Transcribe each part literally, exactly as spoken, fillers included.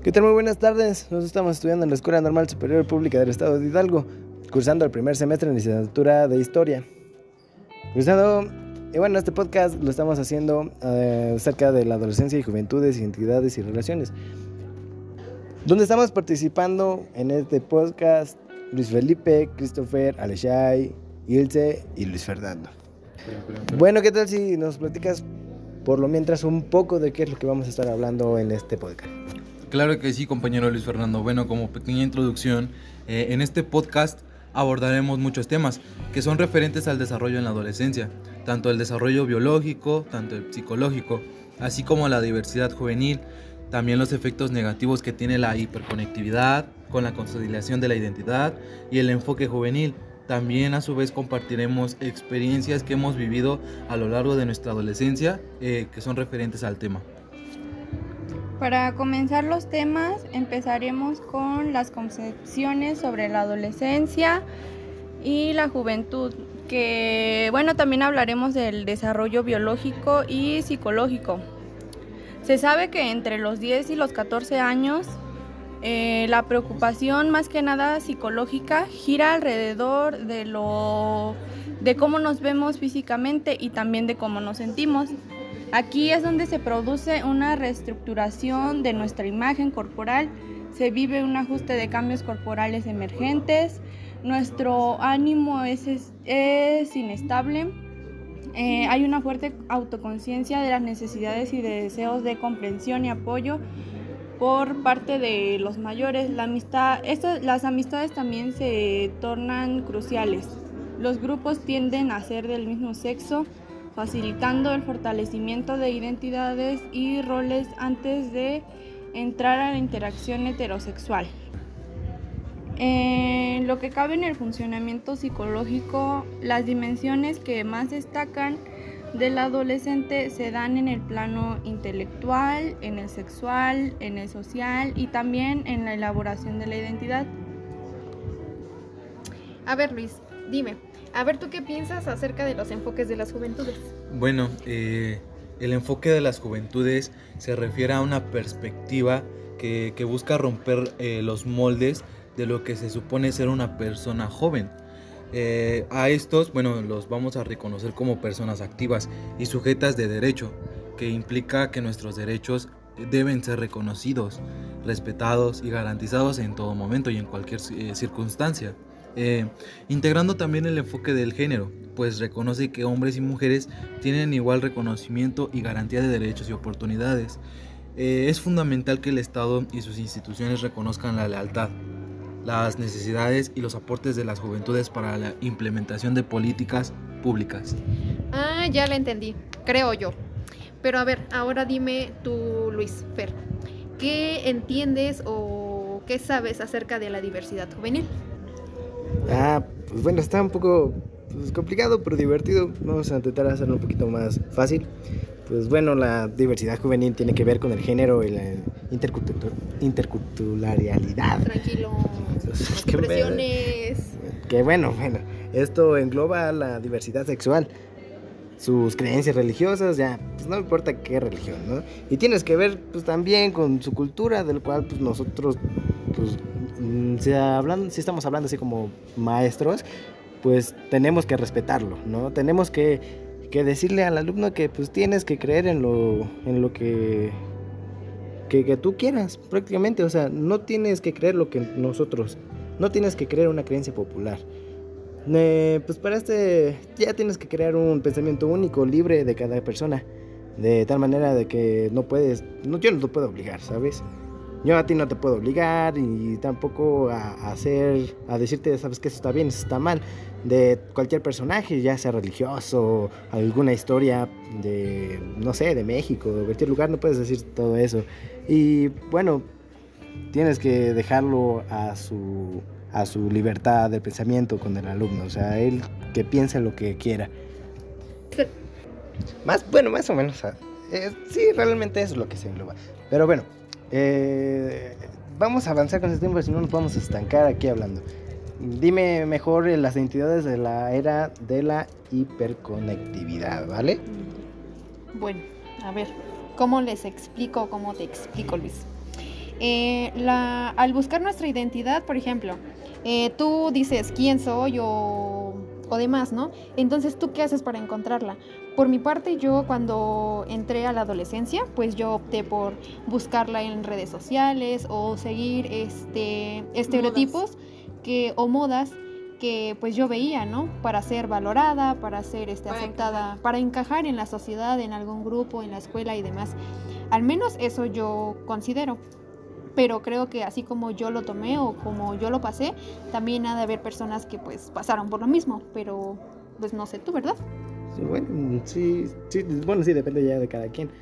¿Qué tal? Muy buenas tardes. Nosotros estamos estudiando en la Escuela Normal Superior Pública del Estado de Hidalgo, cursando el primer semestre en licenciatura de Historia. Cursando, y bueno, este podcast lo estamos haciendo eh, acerca de la adolescencia y juventudes, identidades y relaciones. Donde estamos participando en este podcast Luis Felipe, Christopher, Alexay, Ilse y Luis Fernando. Bueno, ¿qué tal si nos platicas por lo mientras un poco de qué es lo que vamos a estar hablando en este podcast? Claro que sí, compañero Luis Fernando. Bueno, como pequeña introducción, eh, en este podcast abordaremos muchos temas que son referentes al desarrollo en la adolescencia, tanto el desarrollo biológico, tanto el psicológico, así como la diversidad juvenil, también los efectos negativos que tiene la hiperconectividad con la consolidación de la identidad y el enfoque juvenil. También a su vez compartiremos experiencias que hemos vivido a lo largo de nuestra adolescencia eh, que son referentes al tema. Para comenzar los temas, empezaremos con las concepciones sobre la adolescencia y la juventud, que bueno, también hablaremos del desarrollo biológico y psicológico. Se sabe que entre los diez y los catorce años, eh, la preocupación más que nada psicológica gira alrededor de, lo, de cómo nos vemos físicamente y también de cómo nos sentimos. Aquí es donde se produce una reestructuración de nuestra imagen corporal, se vive un ajuste de cambios corporales emergentes, nuestro ánimo es, es, es inestable, eh, hay una fuerte autoconciencia de las necesidades y de deseos de comprensión y apoyo por parte de los mayores. La amistad, esto, las amistades también se tornan cruciales, los grupos tienden a ser del mismo sexo, facilitando el fortalecimiento de identidades y roles antes de entrar a la interacción heterosexual. En lo que cabe en el funcionamiento psicológico, las dimensiones que más destacan del adolescente se dan en el plano intelectual, en el sexual, en el social y también en la elaboración de la identidad. A ver, Luis, dime. A ver, ¿tú qué piensas acerca de los enfoques de las juventudes? Bueno, eh, el enfoque de las juventudes se refiere a una perspectiva que, que busca romper eh, los moldes de lo que se supone ser una persona joven. Eh, a estos, bueno, los vamos a reconocer como personas activas y sujetas de derecho, que implica que nuestros derechos deben ser reconocidos, respetados y garantizados en todo momento y en cualquier eh, circunstancia. Eh, integrando también el enfoque del género, pues reconoce que hombres y mujeres tienen igual reconocimiento y garantía de derechos y oportunidades. Eh, es fundamental que el Estado y sus instituciones reconozcan la lealtad, las necesidades y los aportes de las juventudes para la implementación de políticas públicas. Ah, ya la entendí, creo yo. Pero a ver, ahora dime tú, Luis Fer, ¿qué entiendes o qué sabes acerca de la diversidad juvenil? Ah, pues bueno, está un poco pues, complicado, pero divertido. Vamos a intentar hacerlo un poquito más fácil. Pues bueno, la diversidad juvenil tiene que ver con el género y la intercultur- interculturalidad. Tranquilo, Entonces, que, expresiones. que bueno, bueno, esto engloba la diversidad sexual, sus creencias religiosas, ya, pues no importa qué religión, ¿no? Y tienes que ver, pues también con su cultura, del cual, pues nosotros, pues, si, hablan, si estamos hablando así como maestros, pues tenemos que respetarlo, ¿no? Tenemos que, que decirle al alumno que, pues, tienes que creer en lo, en lo que, que, que tú quieras, prácticamente, o sea, no tienes que creer lo que nosotros, no tienes que creer una creencia popular. Eh, pues para este ya tienes que crear un pensamiento único, libre de cada persona, de tal manera de que no puedes, no, yo no te puedo obligar, ¿sabes? Yo a ti no te puedo obligar y tampoco a, a hacer, a decirte, sabes que eso está bien, eso está mal, de cualquier personaje, ya sea religioso, alguna historia de, no sé, de México, de cualquier lugar, no puedes decir todo eso. Y bueno, tienes que dejarlo a su... a su libertad de pensamiento con el alumno, o sea, él que piense lo que quiera. Más, bueno, más o menos, eh, sí, realmente eso es lo que se engloba. Pero bueno, eh, vamos a avanzar con este tiempo, si no nos vamos a estancar aquí hablando. Dime mejor las identidades de la era de la hiperconectividad, ¿vale? Bueno, a ver, ¿cómo les explico, cómo te explico, Luis? Eh, la, al buscar nuestra identidad, por ejemplo, eh, tú dices quién soy o, o demás, ¿no? Entonces, ¿tú qué haces para encontrarla? Por mi parte, yo cuando entré a la adolescencia, pues yo opté por buscarla en redes sociales o seguir este, estereotipos Modas. que, o modas que pues yo veía, ¿no? Para ser valorada, para ser este, Para aceptada, encajar. para encajar en la sociedad, en algún grupo, en la escuela y demás. Al menos eso yo considero. Pero creo que así como yo lo tomé o como yo lo pasé, también ha de haber personas que pues pasaron por lo mismo, pero pues no sé tú, ¿verdad? Sí, bueno, sí, sí, bueno, sí, depende ya de cada quien.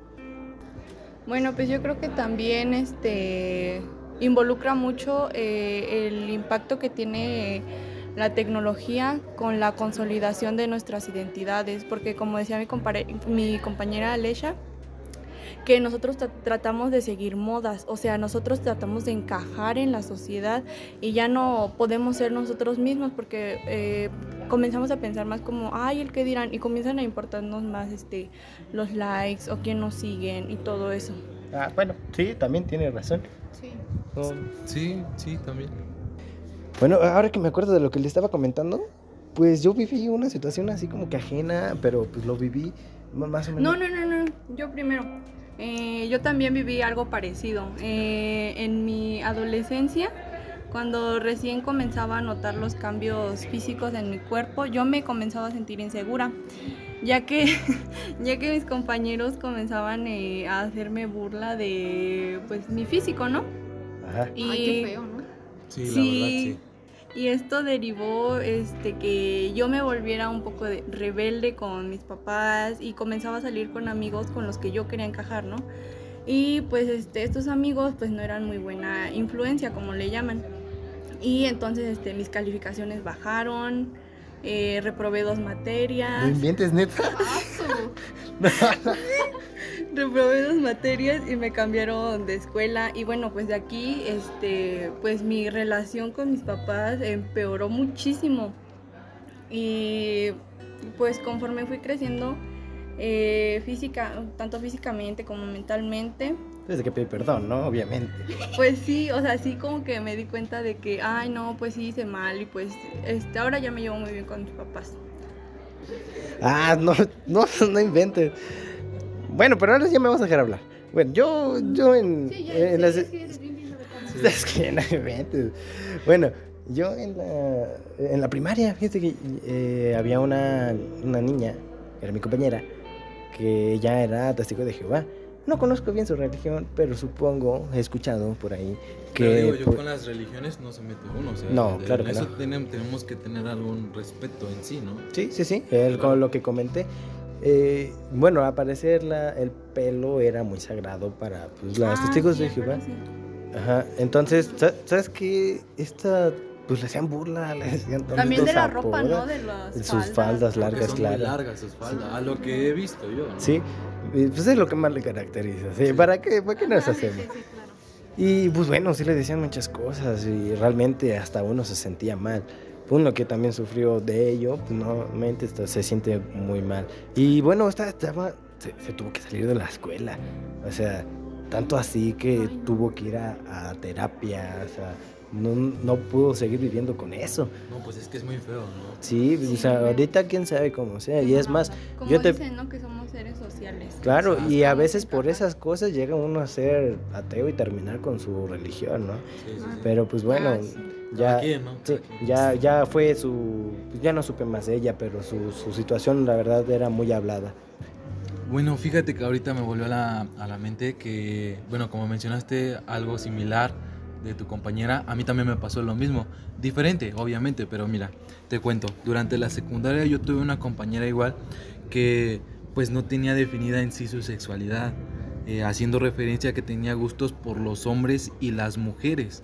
Bueno, pues yo creo que también este involucra mucho eh, el impacto que tiene la tecnología con la consolidación de nuestras identidades, porque como decía mi, compare- mi compañera Alesha, que nosotros tra- tratamos de seguir modas, o sea, nosotros tratamos de encajar en la sociedad y ya no podemos ser nosotros mismos porque eh, comenzamos a pensar más como, ay, el qué dirán, y comienzan a importarnos más este, los likes o quién nos siguen y todo eso. Ah, bueno, sí, también tiene razón. Sí. No, Sí, sí, también. bueno, ahora que me acuerdo de lo que le estaba comentando, pues yo viví una situación así como que ajena, pero pues lo viví m- más o menos. No, no, no, no, yo primero. Eh, yo también viví algo parecido. Eh, en mi adolescencia, cuando recién comenzaba a notar los cambios físicos en mi cuerpo, yo me comenzaba a sentir insegura, ya que, ya que mis compañeros comenzaban eh, a hacerme burla de pues mi físico, ¿no? Ajá. Y Ay, qué feo, ¿no? Sí, la Sí, verdad, sí. y esto derivó este, que yo me volviera un poco de rebelde con mis papás y comenzaba a salir con amigos con los que yo quería encajar, ¿no? Y pues este, estos amigos pues no eran muy buena influencia, como le llaman. Y entonces este, mis calificaciones bajaron, eh, reprobé dos No materias. inventes, neta. Reprobé dos materias y me cambiaron de escuela y bueno, pues de aquí este pues mi relación con mis papás empeoró muchísimo y pues conforme fui creciendo eh, física, tanto físicamente como mentalmente, Desde que pedí perdón, ¿no? Obviamente. pues sí, o sea, sí como que me di cuenta de que ay no, pues sí hice mal y pues este ahora ya me llevo muy bien con mis papás. Ah, no, no, no inventes. Bueno, pero ahora ya me vas a dejar hablar. Bueno, yo, yo en, Sí, ya, en sí, las... es que eres bien bien sabe cómo. Es que no inventes. Bueno, yo en la, en la primaria, fíjate que eh, había una, una niña, era mi compañera, que ya era testigo de Jehová. No conozco bien su religión, pero supongo, he escuchado por ahí que... Pero digo, yo pues, con las religiones no se mete uno, o sea, No, de- claro en que eso no. tenem- tenemos que tener algún respeto en sí, ¿no? Sí, sí, sí, el- Claro. con lo que comenté. Eh, bueno, al parecer la, el pelo era muy sagrado para pues, los Ah, testigos sí, de Jehová. pero sí. Ajá, entonces, sa- ¿sabes qué? Esta, pues le hacían burla, le hacían También de estos la ropa, apodos, ¿no? De las sus faldas. faldas Porque largas, son claro. muy largas sus faldas, a lo que he visto yo, ¿no? Sí, y, pues es lo que más le caracteriza. ¿Sí? Sí. ¿Para qué? ¿Para qué nos Ajá, sí, hacemos? sí, claro. Y pues bueno, sí le decían muchas cosas y realmente hasta uno se sentía mal. Uno que también sufrió de ello, pues normalmente esto se siente muy mal. Y bueno, estaba, estaba se, se tuvo que salir de la escuela. O sea, tanto así que Ay, no. tuvo que ir a, a terapia. O sea, no, no pudo seguir viviendo con eso. No, pues es que es muy feo, ¿no? Sí, o sea, Sí. ahorita quién sabe cómo sea. Y es más, Como yo te... dicen, ¿no? Que somos seres sociales. Claro, Exacto. y a Vamos a veces por encajar. esas cosas llega uno a ser ateo y terminar con su religión, ¿no? Sí, sí, sí. Pero pues bueno, Ah, sí. ya, Cada quien, ¿no? sí, Cada quien. ya, ya fue su, pues ya no supe más de ella, pero su, su situación la verdad era muy hablada. Bueno, fíjate que ahorita me volvió a la, a la mente que, bueno, como mencionaste algo similar de tu compañera, a mí también me pasó lo mismo. Diferente, obviamente, pero mira, te cuento. Durante la secundaria yo tuve una compañera igual que pues no tenía definida en sí su sexualidad, eh, haciendo referencia a que tenía gustos por los hombres y las mujeres.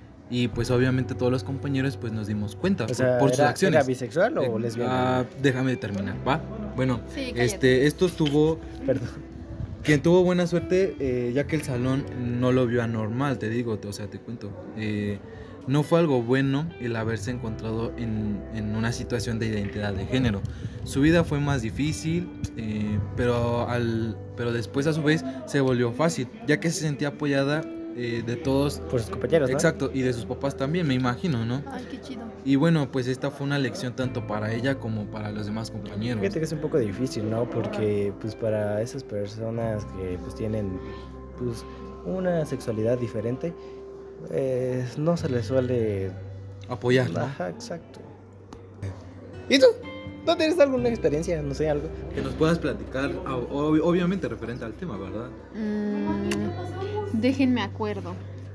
Y pues obviamente todos los compañeros pues nos dimos cuenta O por, sea, por sus ¿era, acciones. ¿era bisexual o Eh, lesbiana? ah, déjame terminar, ¿va? Bueno, Sí, cállate. este, esto estuvo, Perdón. quien tuvo buena suerte, eh, ya que el salón no lo vio anormal, te digo, te- o sea, te cuento. Eh, no fue algo bueno el haberse encontrado en, en una situación de identidad de género. Su vida fue más difícil, eh, pero, al, pero después a su vez se volvió fácil, ya que se sentía apoyada eh, de todos. Por sus compañeros, ¿no? Exacto, y de sus papás también, me imagino, ¿no? Ay, qué chido. Y bueno, pues esta fue una lección tanto para ella como para los demás compañeros. Fíjate que es un poco difícil, ¿no? Porque pues para esas personas que pues tienen pues una sexualidad diferente, eh, no se les suele Apoyar, ¿no? Ajá, exacto. ¿Y tú? ¿No tienes alguna experiencia? No sé, algo. Que nos puedas platicar, ob- obviamente referente al tema, ¿verdad? Mm, déjenme acuerdo.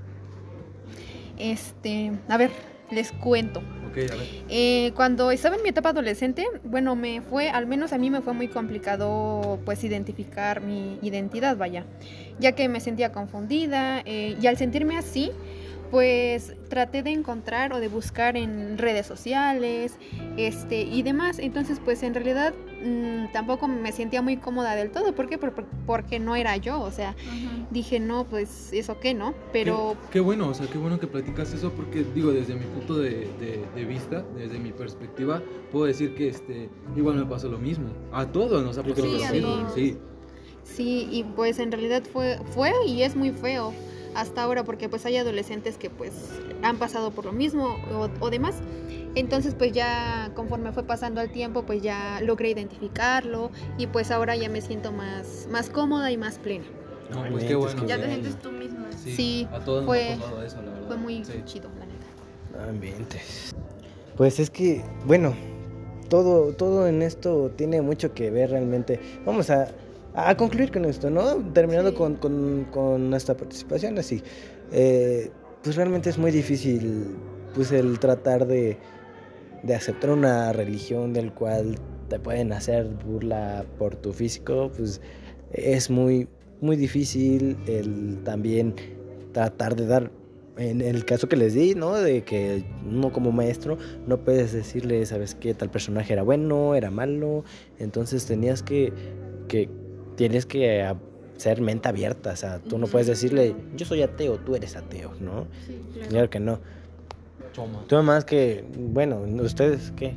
Este, a ver, les cuento. Ok, a ver. Eh, cuando estaba en mi etapa adolescente, bueno, me fue, al menos a mí me fue muy complicado pues identificar mi identidad, vaya, ya que me sentía confundida eh, y al sentirme así, pues traté de encontrar o de buscar en redes sociales este, y demás. Entonces, pues en realidad mmm, tampoco me sentía muy cómoda del todo. ¿Por qué? Por, por, porque no era yo. O sea, uh-huh. dije, no, pues eso qué, ¿no? Pero... Qué, qué bueno, o sea, qué bueno que platicas eso porque, digo, desde mi punto de, de, de vista, desde mi perspectiva, puedo decir que este, igual me pasó lo mismo. A todos nos ha pasado sí, lo mismo, sí. Sí, y pues en realidad fue, fue y es muy feo hasta ahora porque pues hay adolescentes que pues han pasado por lo mismo o, o demás. Entonces pues ya conforme fue pasando el tiempo pues ya logré identificarlo y pues ahora ya me siento más, más cómoda y más plena. No, pues qué bueno. Ya te sientes tú misma. Sí, sí, a todos fue, nos ha pasado eso, la verdad. Fue muy sí. chido, la neta. Ambientes. Pues es que, bueno, todo, todo en esto tiene mucho que ver realmente. Vamos a A concluir con esto, ¿no? Terminando sí. con, con, con nuestra participación así. Eh, pues realmente es muy difícil pues el tratar de, de aceptar una religión del cual te pueden hacer burla por tu físico. Pues es muy, muy difícil el también tratar de dar, en el caso que les di, ¿no? De que uno como maestro no puedes decirle, ¿sabes qué? Tal personaje era bueno, era malo. Entonces tenías que... que tienes que ser mente abierta, o sea, tú no puedes decirle, yo soy ateo, tú eres ateo, ¿no? Sí, claro. Claro que no. Choma. Tú más que, bueno, ¿ustedes qué?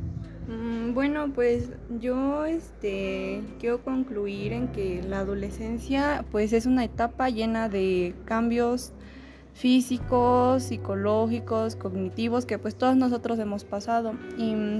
Mm, bueno, pues yo este, quiero concluir en que la adolescencia pues es una etapa llena de cambios físicos, psicológicos, cognitivos, que pues todos nosotros hemos pasado. Y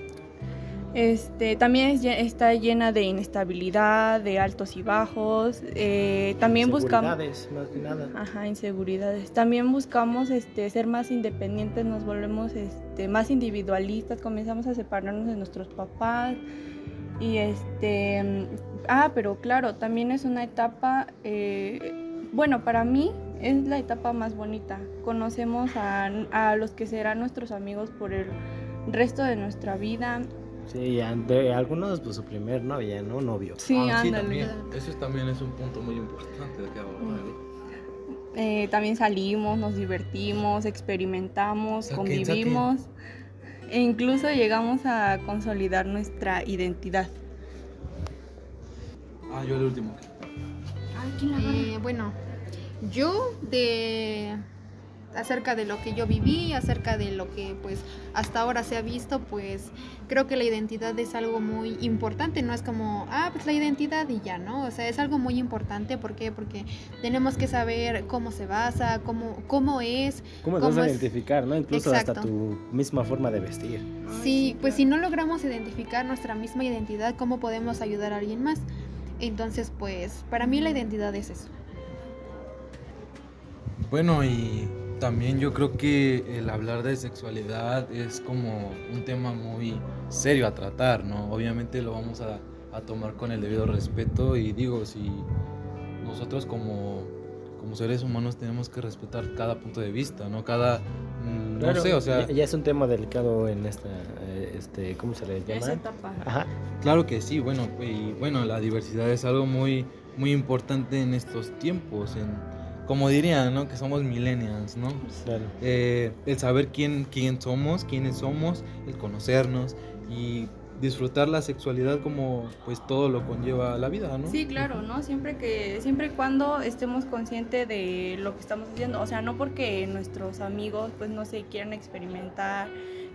Este, también es, está llena de inestabilidad, de altos y bajos. Eh, también buscamos más que nada. Ajá, inseguridades. También buscamos este, ser más independientes, nos volvemos este, más individualistas, comenzamos a separarnos de nuestros papás. Y este, ah, pero claro, también es una etapa, eh, bueno, para mí es la etapa más bonita. Conocemos a, a los que serán nuestros amigos por el resto de nuestra vida. Sí, de algunos pues su primer novia, ¿no? Novio. Sí, ah, sí, ándale. también. Eso también es un punto muy importante de que hablar. Eh, también salimos, nos divertimos, experimentamos, Saquen, convivimos saquen. E incluso llegamos a consolidar nuestra identidad. Ah, yo el último. Eh, bueno, yo de... acerca de lo que yo viví, acerca de lo que pues hasta ahora se ha visto, pues creo que la identidad es algo muy importante, no es como, ah, pues la identidad y ya, ¿no? O sea, es algo muy importante, ¿por qué? Porque tenemos que saber cómo se basa, cómo, cómo es. Cómo te vas a identificar, ¿no? Incluso Exacto. hasta tu misma forma de vestir. Sí, pues si no logramos identificar nuestra misma identidad, ¿cómo podemos ayudar a alguien más? Entonces, pues, para mí la identidad es eso. Bueno, y también yo creo que el hablar de sexualidad es como un tema muy serio a tratar, ¿no? Obviamente lo vamos a, a tomar con el debido respeto y digo, si nosotros como, como seres humanos tenemos que respetar cada punto de vista, ¿no? Cada, mmm, claro, no sé, o sea... Ya, ya es un tema delicado en esta, este, ¿cómo se le llama? Esa etapa. Ajá. Claro que sí, bueno, y bueno, la diversidad es algo muy, muy importante en estos tiempos, en... Como dirían, ¿no? Que somos millennials, ¿no? Claro. Eh, el saber quién, quién somos, quiénes somos, el conocernos y disfrutar la sexualidad como pues todo lo conlleva la vida, ¿no? Sí, claro, ¿no? Siempre que, siempre y cuando estemos conscientes de lo que estamos haciendo, o sea, no porque nuestros amigos pues no se quieran experimentar,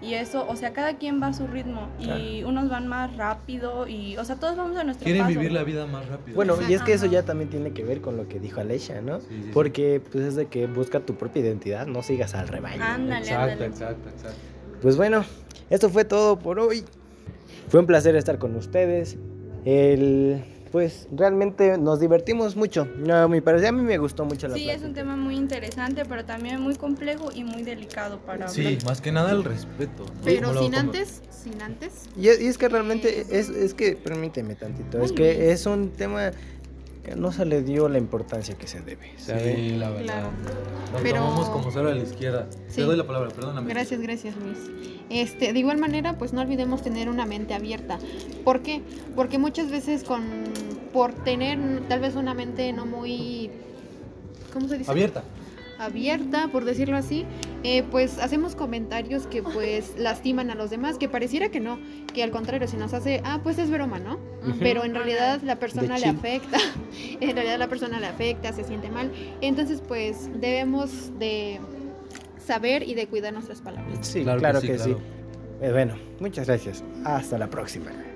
y eso, o sea, cada quien va a su ritmo y unos van más rápido y, o sea, todos vamos a nuestro Quieren paso. vivir la vida más rápido. Bueno, y es que eso Ajá. ya también tiene que ver con lo que dijo Alesia, ¿no? Sí, sí, sí. Porque pues es de que busca tu propia identidad, no sigas al rebaño. Ándale, Exacto, ándale. exacto, exacto. Pues bueno, esto fue todo por hoy. Fue un placer estar con ustedes. El, pues realmente nos divertimos mucho. No, me parece, a mí me gustó mucho la Sí, plática. es un tema muy interesante, pero también muy complejo y muy delicado para Sí, hablar. más que nada el respeto. ¿no? Pero Como lo- sin como- antes, sin antes. Y es, y es que realmente es, es que, permíteme tantito, es Ay, que Luis. es un tema que no se le dio la importancia que se debe, ¿sabes? Sí, la verdad. Claro. Lo Pero- tomamos como cero a la izquierda. Sí. Te doy la palabra, perdóname. Gracias, gracias Luis. Este, de igual manera, pues no olvidemos tener una mente abierta. ¿Por qué? Porque muchas veces con por tener tal vez una mente no muy, ¿cómo se dice? Abierta. Abierta, por decirlo así, eh, pues hacemos comentarios que pues lastiman a los demás, que pareciera que no, que al contrario, si nos hace, ah, pues es broma, ¿no? Ujú. Pero en realidad la persona De le chill. afecta, en realidad la persona le afecta, se siente mal. Entonces, pues debemos de saber y de cuidar nuestras palabras. Sí, claro, Claro que que, sí, sí. claro. Eh, bueno, muchas gracias. Hasta la próxima.